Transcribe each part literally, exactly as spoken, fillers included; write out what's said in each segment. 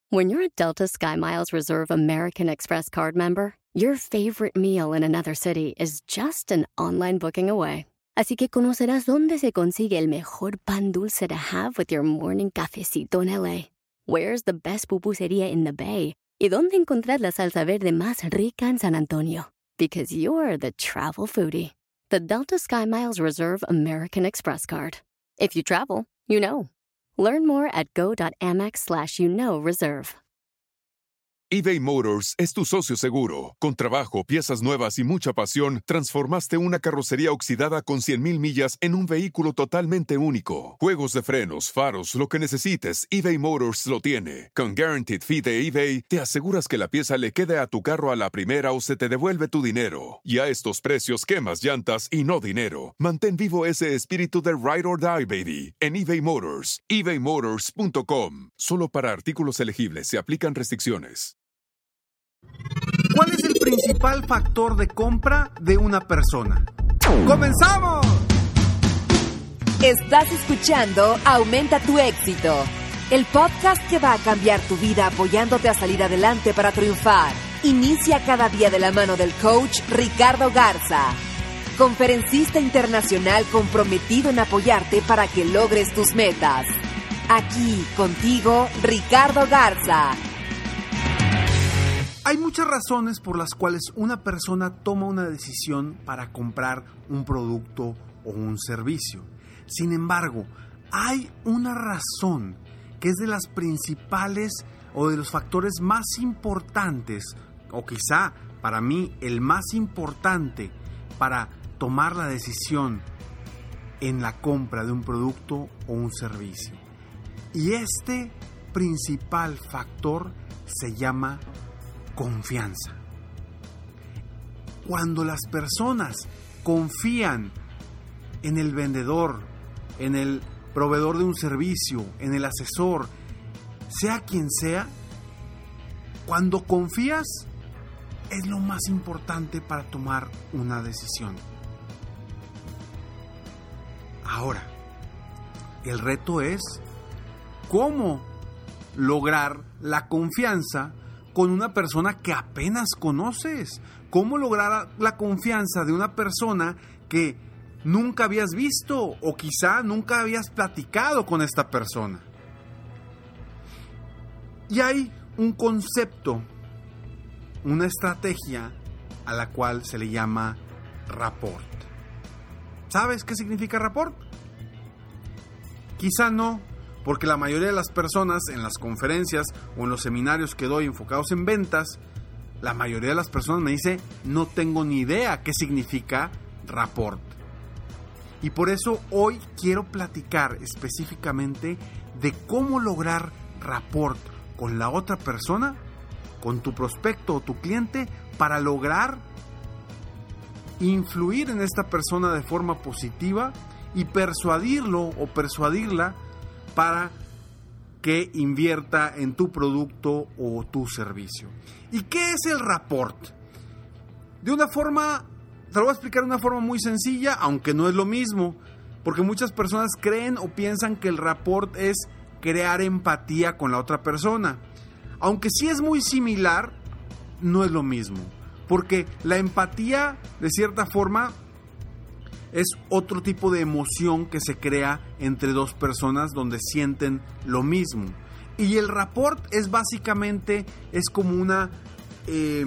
When you're a Delta SkyMiles Reserve American Express card member, your favorite meal in another city is just an online booking away. Así que conocerás dónde se consigue el mejor pan dulce to have with your morning cafecito en L A. Where's the best pupusería in the Bay? Y dónde encontrar la salsa verde más rica en San Antonio. Because you're the travel foodie. The Delta SkyMiles Reserve American Express card. If you travel, you know. Learn more at go.amex slash you know reserve. eBay Motors es tu socio seguro. Con trabajo, piezas nuevas y mucha pasión, transformaste una carrocería oxidada con cien mil millas en un vehículo totalmente único. Juegos de frenos, faros, lo que necesites, eBay Motors lo tiene. Con Guaranteed Fee de eBay, te aseguras que la pieza le quede a tu carro a la primera o se te devuelve tu dinero. Y a estos precios, quemas llantas y no dinero. Mantén vivo ese espíritu de Ride or Die, baby, en eBay Motors. ebay motors punto com. Solo para artículos elegibles se aplican restricciones. ¿Cuál es el principal factor de compra de una persona? ¡Comenzamos! Estás escuchando Aumenta tu éxito, el podcast que va a cambiar tu vida apoyándote a salir adelante para triunfar. Inicia cada día de la mano del coach Ricardo Garza, conferencista internacional comprometido en apoyarte para que logres tus metas. Aquí contigo, Ricardo Garza. Hay muchas razones por las cuales una persona toma una decisión para comprar un producto o un servicio. Sin embargo, hay una razón que es de las principales o de los factores más importantes, o quizá para mí el más importante para tomar la decisión en la compra de un producto o un servicio. Y este principal factor se llama confianza. Cuando las personas confían en el vendedor, en el proveedor de un servicio, en el asesor, sea quien sea, cuando confías es lo más importante para tomar una decisión. Ahora, el reto es cómo lograr la confianza con una persona que apenas conoces. ¿Cómo lograr la confianza de una persona que nunca habías visto o quizá nunca habías platicado con esta persona? Y hay un concepto, una estrategia a la cual se le llama rapport. ¿Sabes qué significa rapport? Quizá no, porque la mayoría de las personas en las conferencias o en los seminarios que doy enfocados en ventas, la mayoría de las personas me dice, no tengo ni idea qué significa rapport. Y por eso hoy quiero platicar específicamente de cómo lograr rapport con la otra persona, con tu prospecto o tu cliente, para lograr influir en esta persona de forma positiva y persuadirlo o persuadirla para que invierta en tu producto o tu servicio. ¿Y qué es el rapport? De una forma, te lo voy a explicar de una forma muy sencilla, aunque no es lo mismo, porque muchas personas creen o piensan que el rapport es crear empatía con la otra persona. Aunque sí es muy similar, no es lo mismo, porque la empatía, de cierta forma, es otro tipo de emoción que se crea entre dos personas donde sienten lo mismo. Y el rapport es básicamente, es como una, eh,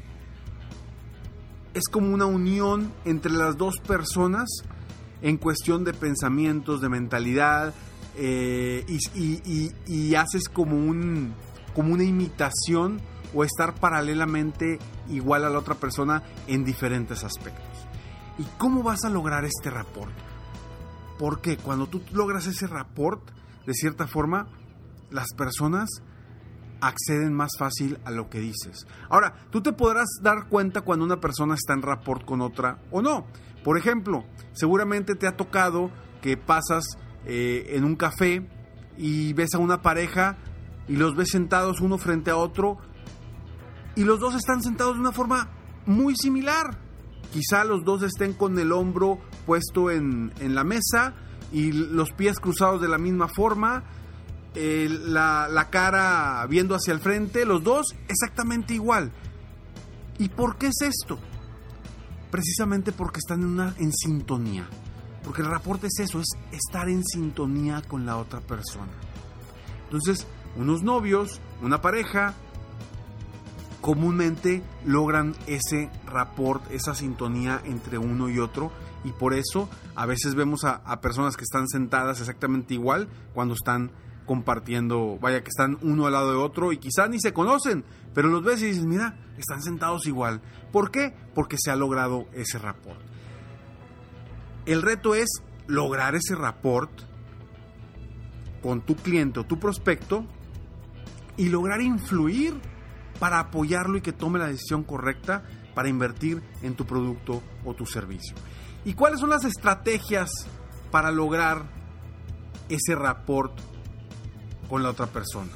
es como una unión entre las dos personas en cuestión de pensamientos, de mentalidad, eh, y, y, y, y haces como un, como una imitación o estar paralelamente igual a la otra persona en diferentes aspectos. ¿Y cómo vas a lograr este rapport? Porque cuando tú logras ese rapport, de cierta forma, las personas acceden más fácil a lo que dices. Ahora, tú te podrás dar cuenta cuando una persona está en rapport con otra o no. Por ejemplo, seguramente te ha tocado que pasas eh, en un café y ves a una pareja y los ves sentados uno frente a otro y los dos están sentados de una forma muy similar. Quizá los dos estén con el hombro puesto en, en la mesa y los pies cruzados de la misma forma, eh, la, la cara viendo hacia el frente, los dos exactamente igual. ¿Y por qué es esto? Precisamente porque están en, una, en sintonía. Porque el rapport es eso, es estar en sintonía con la otra persona. Entonces, unos novios, una pareja, comúnmente logran ese rapport, esa sintonía entre uno y otro, y por eso a veces vemos a, a personas que están sentadas exactamente igual cuando están compartiendo, vaya, que están uno al lado de otro y quizás ni se conocen, pero los ves y dices, mira, están sentados igual. ¿Por qué? Porque se ha logrado ese rapport. El reto es lograr ese rapport con tu cliente o tu prospecto y lograr influir para apoyarlo y que tome la decisión correcta para invertir en tu producto o tu servicio. ¿Y cuáles son las estrategias para lograr ese rapport con la otra persona?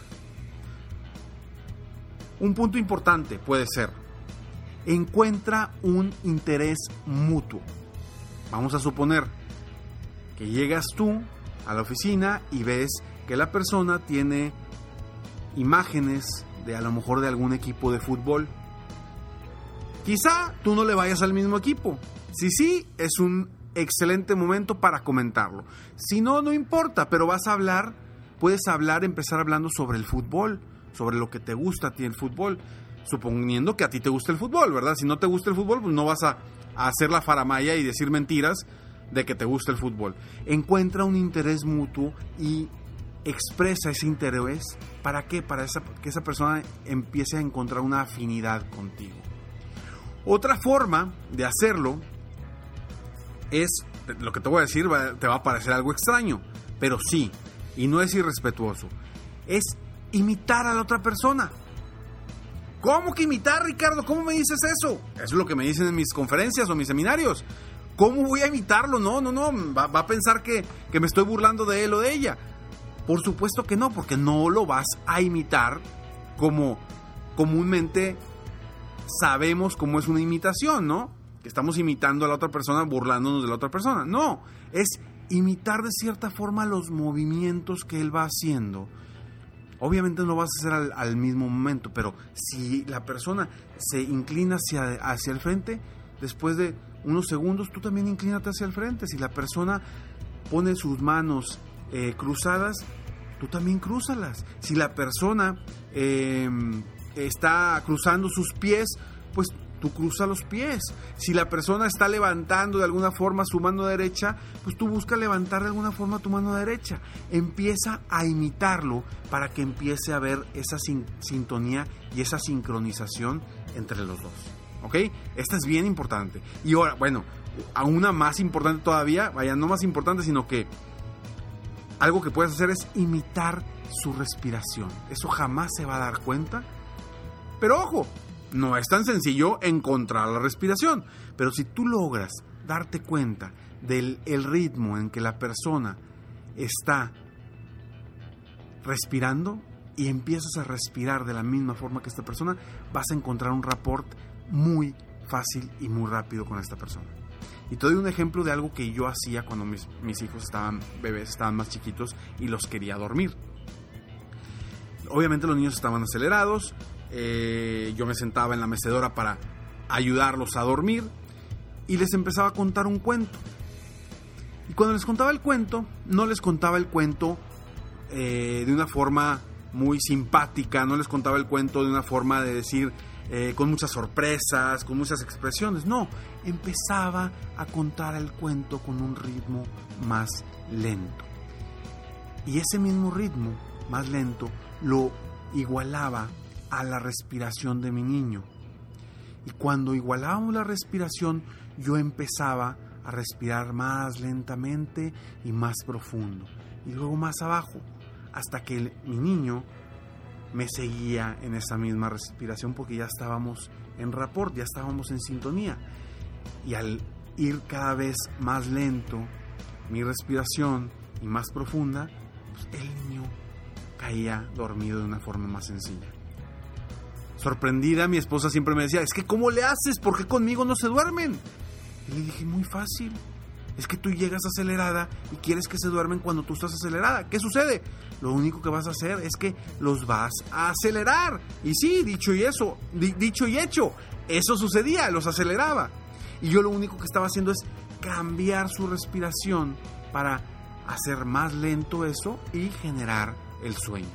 Un punto importante puede ser, encuentra un interés mutuo. Vamos a suponer que llegas tú a la oficina y ves que la persona tiene imágenes de a lo mejor de algún equipo de fútbol. Quizá tú no le vayas al mismo equipo. Si sí, es un excelente momento para comentarlo. Si no, no importa, pero vas a hablar, puedes hablar, empezar hablando sobre el fútbol, sobre lo que te gusta a ti el fútbol, suponiendo que a ti te gusta el fútbol, ¿verdad? Si no te gusta el fútbol, pues no vas a, a hacer la faramaya y decir mentiras de que te gusta el fútbol. Encuentra un interés mutuo y expresa ese interés. ¿Para qué? Para esa, que esa persona empiece a encontrar una afinidad contigo. Otra forma de hacerlo es, lo que te voy a decir te va a parecer algo extraño, pero sí, y no es irrespetuoso, es imitar a la otra persona. ¿Cómo que imitar, Ricardo? ¿Cómo me dices eso? Eso es lo que me dicen en mis conferencias o mis seminarios. ¿Cómo voy a imitarlo? No, no, no, va, va a pensar que, que me estoy burlando de él o de ella. Por supuesto que no, porque no lo vas a imitar como comúnmente sabemos cómo es una imitación, ¿no? Que estamos imitando a la otra persona, burlándonos de la otra persona. No, es imitar de cierta forma los movimientos que él va haciendo. Obviamente no lo vas a hacer al, al mismo momento, pero si la persona se inclina hacia, hacia el frente, después de unos segundos tú también inclínate hacia el frente. Si la persona pone sus manos eh, cruzadas, tú también crúzalas. Si la persona eh, está cruzando sus pies, pues tú cruza los pies. Si la persona está levantando de alguna forma su mano derecha, pues tú busca levantar de alguna forma tu mano derecha. Empieza a imitarlo para que empiece a haber esa sin- sintonía y esa sincronización entre los dos. ¿Ok? Esta es bien importante. Y ahora, bueno, a una más importante todavía, vaya, no más importante, sino que algo que puedes hacer es imitar su respiración. Eso jamás se va a dar cuenta. Pero ojo, no es tan sencillo encontrar la respiración. Pero si tú logras darte cuenta del el ritmo en que la persona está respirando y empiezas a respirar de la misma forma que esta persona, vas a encontrar un rapport muy fácil y muy rápido con esta persona. Y te doy un ejemplo de algo que yo hacía cuando mis, mis hijos estaban bebés, estaban más chiquitos y los quería dormir. Obviamente los niños estaban acelerados, eh, yo me sentaba en la mecedora para ayudarlos a dormir y les empezaba a contar un cuento. Y cuando les contaba el cuento, no les contaba el cuento eh, de una forma muy simpática, no les contaba el cuento de una forma de decir eh, con muchas sorpresas, con muchas expresiones. No, empezaba a contar el cuento con un ritmo más lento. Y ese mismo ritmo más lento lo igualaba a la respiración de mi niño. Y cuando igualábamos la respiración, yo empezaba a respirar más lentamente y más profundo. Y luego más abajo, hasta que el, mi niño me seguía en esa misma respiración porque ya estábamos en rapport, ya estábamos en sintonía. Y al ir cada vez más lento mi respiración y más profunda, pues el niño caía dormido de una forma más sencilla. Sorprendida, mi esposa siempre me decía, es que ¿cómo le haces? ¿Por qué conmigo no se duermen? Y le dije, muy fácil. Es que tú llegas acelerada y quieres que se duermen cuando tú estás acelerada. ¿Qué sucede? Lo único que vas a hacer es que los vas a acelerar. Y sí, dicho y eso, di, dicho y hecho, eso sucedía, los aceleraba. Y yo lo único que estaba haciendo es cambiar su respiración para hacer más lento eso y generar el sueño.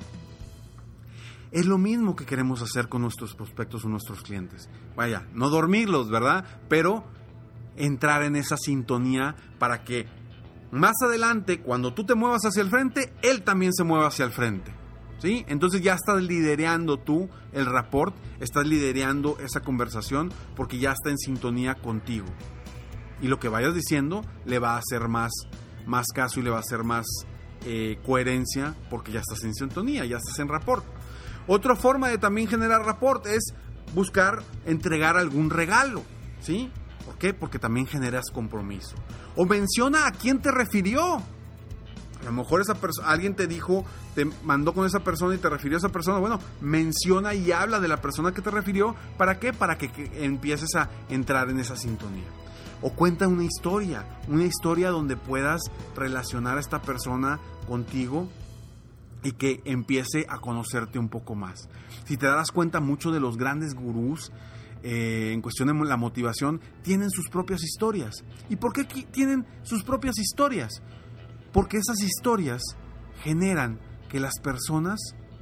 Es lo mismo que queremos hacer con nuestros prospectos o nuestros clientes. Vaya, no dormirlos, ¿verdad? Pero entrar en esa sintonía para que más adelante, cuando tú te muevas hacia el frente, él también se mueva hacia el frente, ¿sí? Entonces ya estás liderando tú el rapport, estás liderando esa conversación porque ya está en sintonía contigo. Y lo que vayas diciendo le va a hacer más, más caso y le va a hacer más eh, coherencia porque ya estás en sintonía, ya estás en rapport. Otra forma de también generar rapport es buscar entregar algún regalo, ¿sí? ¿Por qué? Porque también generas compromiso. O menciona a quién te refirió. A lo mejor esa persona, alguien te dijo, te mandó con esa persona y te refirió a esa persona. Bueno, menciona y habla de la persona que te refirió. ¿Para qué? Para que, que empieces a entrar en esa sintonía. O cuenta una historia, una historia donde puedas relacionar a esta persona contigo y que empiece a conocerte un poco más. Si te das cuenta, muchos de los grandes gurús eh, en cuestión de la motivación tienen sus propias historias. ¿Y por qué tienen sus propias historias? Porque esas historias generan que las personas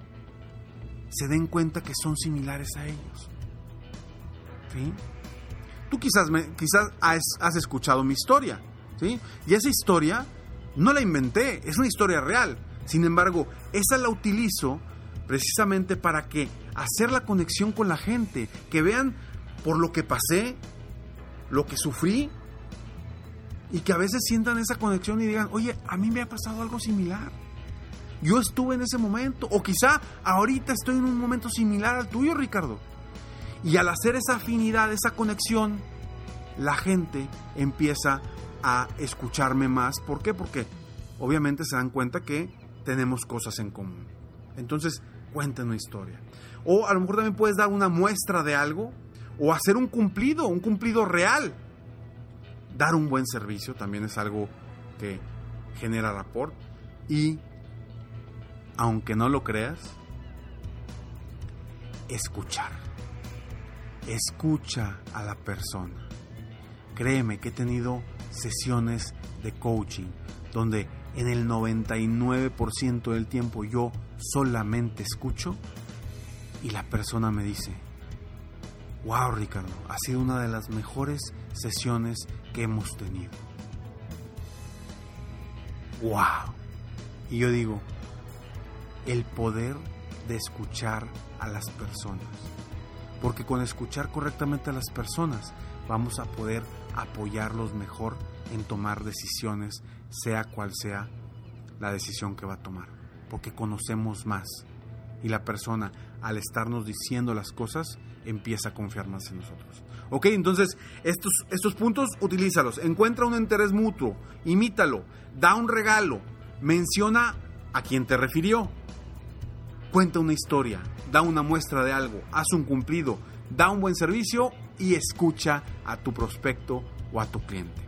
se den cuenta que son similares a ellos, ¿sí? Tú quizás, me, quizás has, has escuchado mi historia, ¿sí? Y esa historia no la inventé, es una historia real. Sin embargo, esa la utilizo precisamente para que hacer la conexión con la gente, que vean por lo que pasé, lo que sufrí, y que a veces sientan esa conexión y digan, oye, a mí me ha pasado algo similar. Yo estuve en ese momento, o quizá ahorita estoy en un momento similar al tuyo, Ricardo. Y al hacer esa afinidad, esa conexión, la gente empieza a escucharme más. ¿Por qué? Porque obviamente se dan cuenta que tenemos cosas en común. Entonces, cuenta una historia. O a lo mejor también puedes dar una muestra de algo, o hacer un cumplido, un cumplido real. Dar un buen servicio también es algo que genera rapport. Y, aunque no lo creas, escuchar. Escucha a la persona. Créeme que he tenido sesiones de coaching donde en el noventa y nueve por ciento del tiempo yo solamente escucho y la persona me dice, wow, Ricardo, ha sido una de las mejores sesiones que hemos tenido. Wow. Y yo digo, el poder de escuchar a las personas. Porque con escuchar correctamente a las personas vamos a poder apoyarlos mejor en tomar decisiones, sea cual sea la decisión que va a tomar. Porque conocemos más. Y la persona, al estarnos diciendo las cosas, empieza a confiar más en nosotros. Ok, entonces estos, estos puntos utilízalos. Encuentra un interés mutuo, imítalo, da un regalo, menciona a quien te refirió, cuenta una historia, da una muestra de algo, haz un cumplido, da un buen servicio y escucha a tu prospecto o a tu cliente.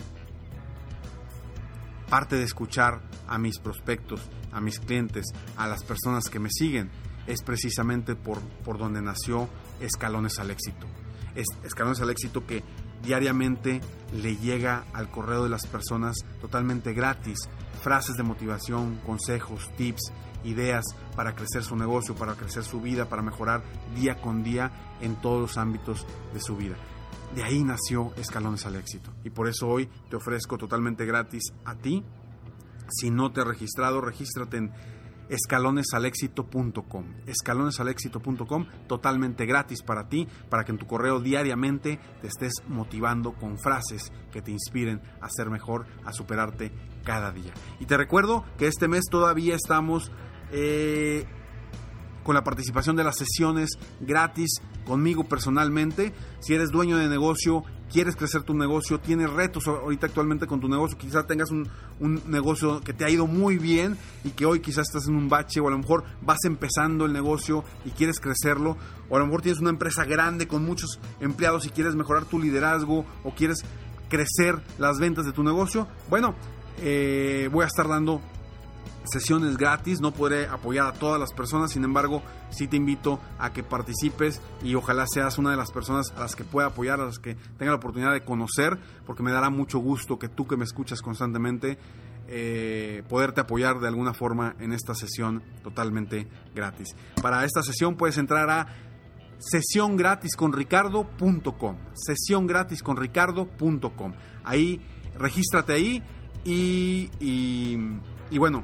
Parte de escuchar a mis prospectos, a mis clientes, a las personas que me siguen, es precisamente por, por donde nació Escalones al Éxito. Es Escalones al Éxito que diariamente le llega al correo de las personas totalmente gratis, frases de motivación, consejos, tips, ideas para crecer su negocio, para crecer su vida, para mejorar día con día en todos los ámbitos de su vida. De ahí nació Escalones al Éxito. Y por eso hoy te ofrezco totalmente gratis a ti. Si no te has registrado, regístrate en escalones al éxito punto com. escalones al éxito punto com, totalmente gratis para ti, para que en tu correo diariamente te estés motivando con frases que te inspiren a ser mejor, a superarte cada día. Y te recuerdo que este mes todavía estamos eh, con la participación de las sesiones gratis conmigo personalmente. Si eres dueño de negocio, quieres crecer tu negocio, tienes retos ahorita actualmente con tu negocio, quizás tengas un, un negocio que te ha ido muy bien y que hoy quizás estás en un bache, o a lo mejor vas empezando el negocio y quieres crecerlo, o a lo mejor tienes una empresa grande con muchos empleados y quieres mejorar tu liderazgo, o quieres crecer las ventas de tu negocio, bueno, eh, voy a estar dando sesiones gratis. No podré apoyar a todas las personas, sin embargo, sí te invito a que participes y ojalá seas una de las personas a las que pueda apoyar, a las que tenga la oportunidad de conocer, porque me dará mucho gusto que tú que me escuchas constantemente, eh, poderte apoyar de alguna forma en esta sesión totalmente gratis. Para esta sesión puedes entrar a sesión gratis con ricardo punto com, sesión gratis con ricardo punto com. Ahí, regístrate ahí y, y, y bueno,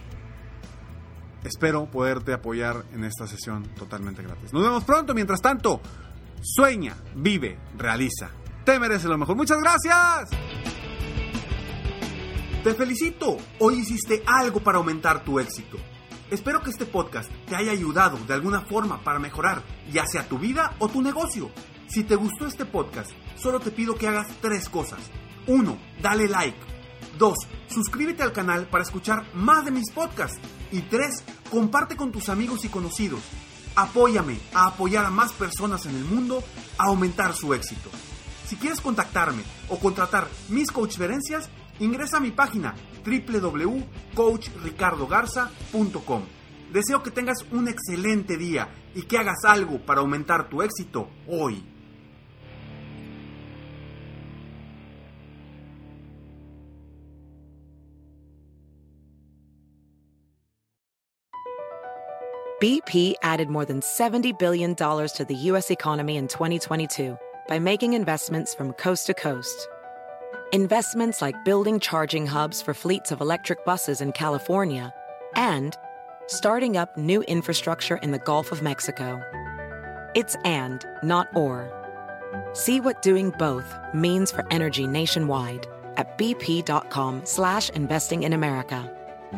espero poderte apoyar en esta sesión totalmente gratis. Nos vemos pronto. Mientras tanto, sueña, vive, realiza. Te mereces lo mejor. ¡Muchas gracias! Te felicito. Hoy hiciste algo para aumentar tu éxito. Espero que este podcast te haya ayudado de alguna forma para mejorar, ya sea tu vida o tu negocio. Si te gustó este podcast, solo te pido que hagas tres cosas. Uno, dale like. Dos, suscríbete al canal para escuchar más de mis podcasts. Y tres, comparte con tus amigos y conocidos. Apóyame a apoyar a más personas en el mundo a aumentar su éxito. Si quieres contactarme o contratar mis coachferencias, ingresa a mi página doble u doble u doble u punto coach ricardo garza punto com. Deseo que tengas un excelente día y que hagas algo para aumentar tu éxito hoy. B P added more than seventy billion dollars to the U S economy in twenty twenty-two by making investments from coast to coast. Investments like building charging hubs for fleets of electric buses in California and starting up new infrastructure in the Gulf of Mexico. It's and, not or. See what doing both means for energy nationwide at bp.com slash investing in America.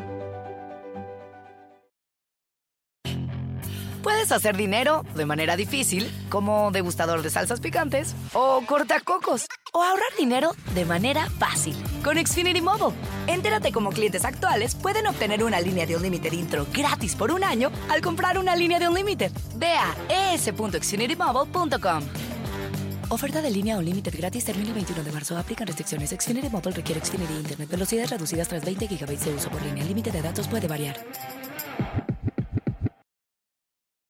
Puedes hacer dinero de manera difícil, como degustador de salsas picantes, o cortacocos, o ahorrar dinero de manera fácil con Xfinity Mobile. Entérate cómo clientes actuales pueden obtener una línea de Unlimited intro gratis por un año al comprar una línea de Unlimited. Ve a e s punto xfinity mobile punto com. Oferta de línea Unlimited gratis termina el veintiuno de marzo. Aplican restricciones. Xfinity Mobile requiere Xfinity Internet. Velocidades reducidas tras veinte gigabytes de uso por línea. El límite de datos puede variar.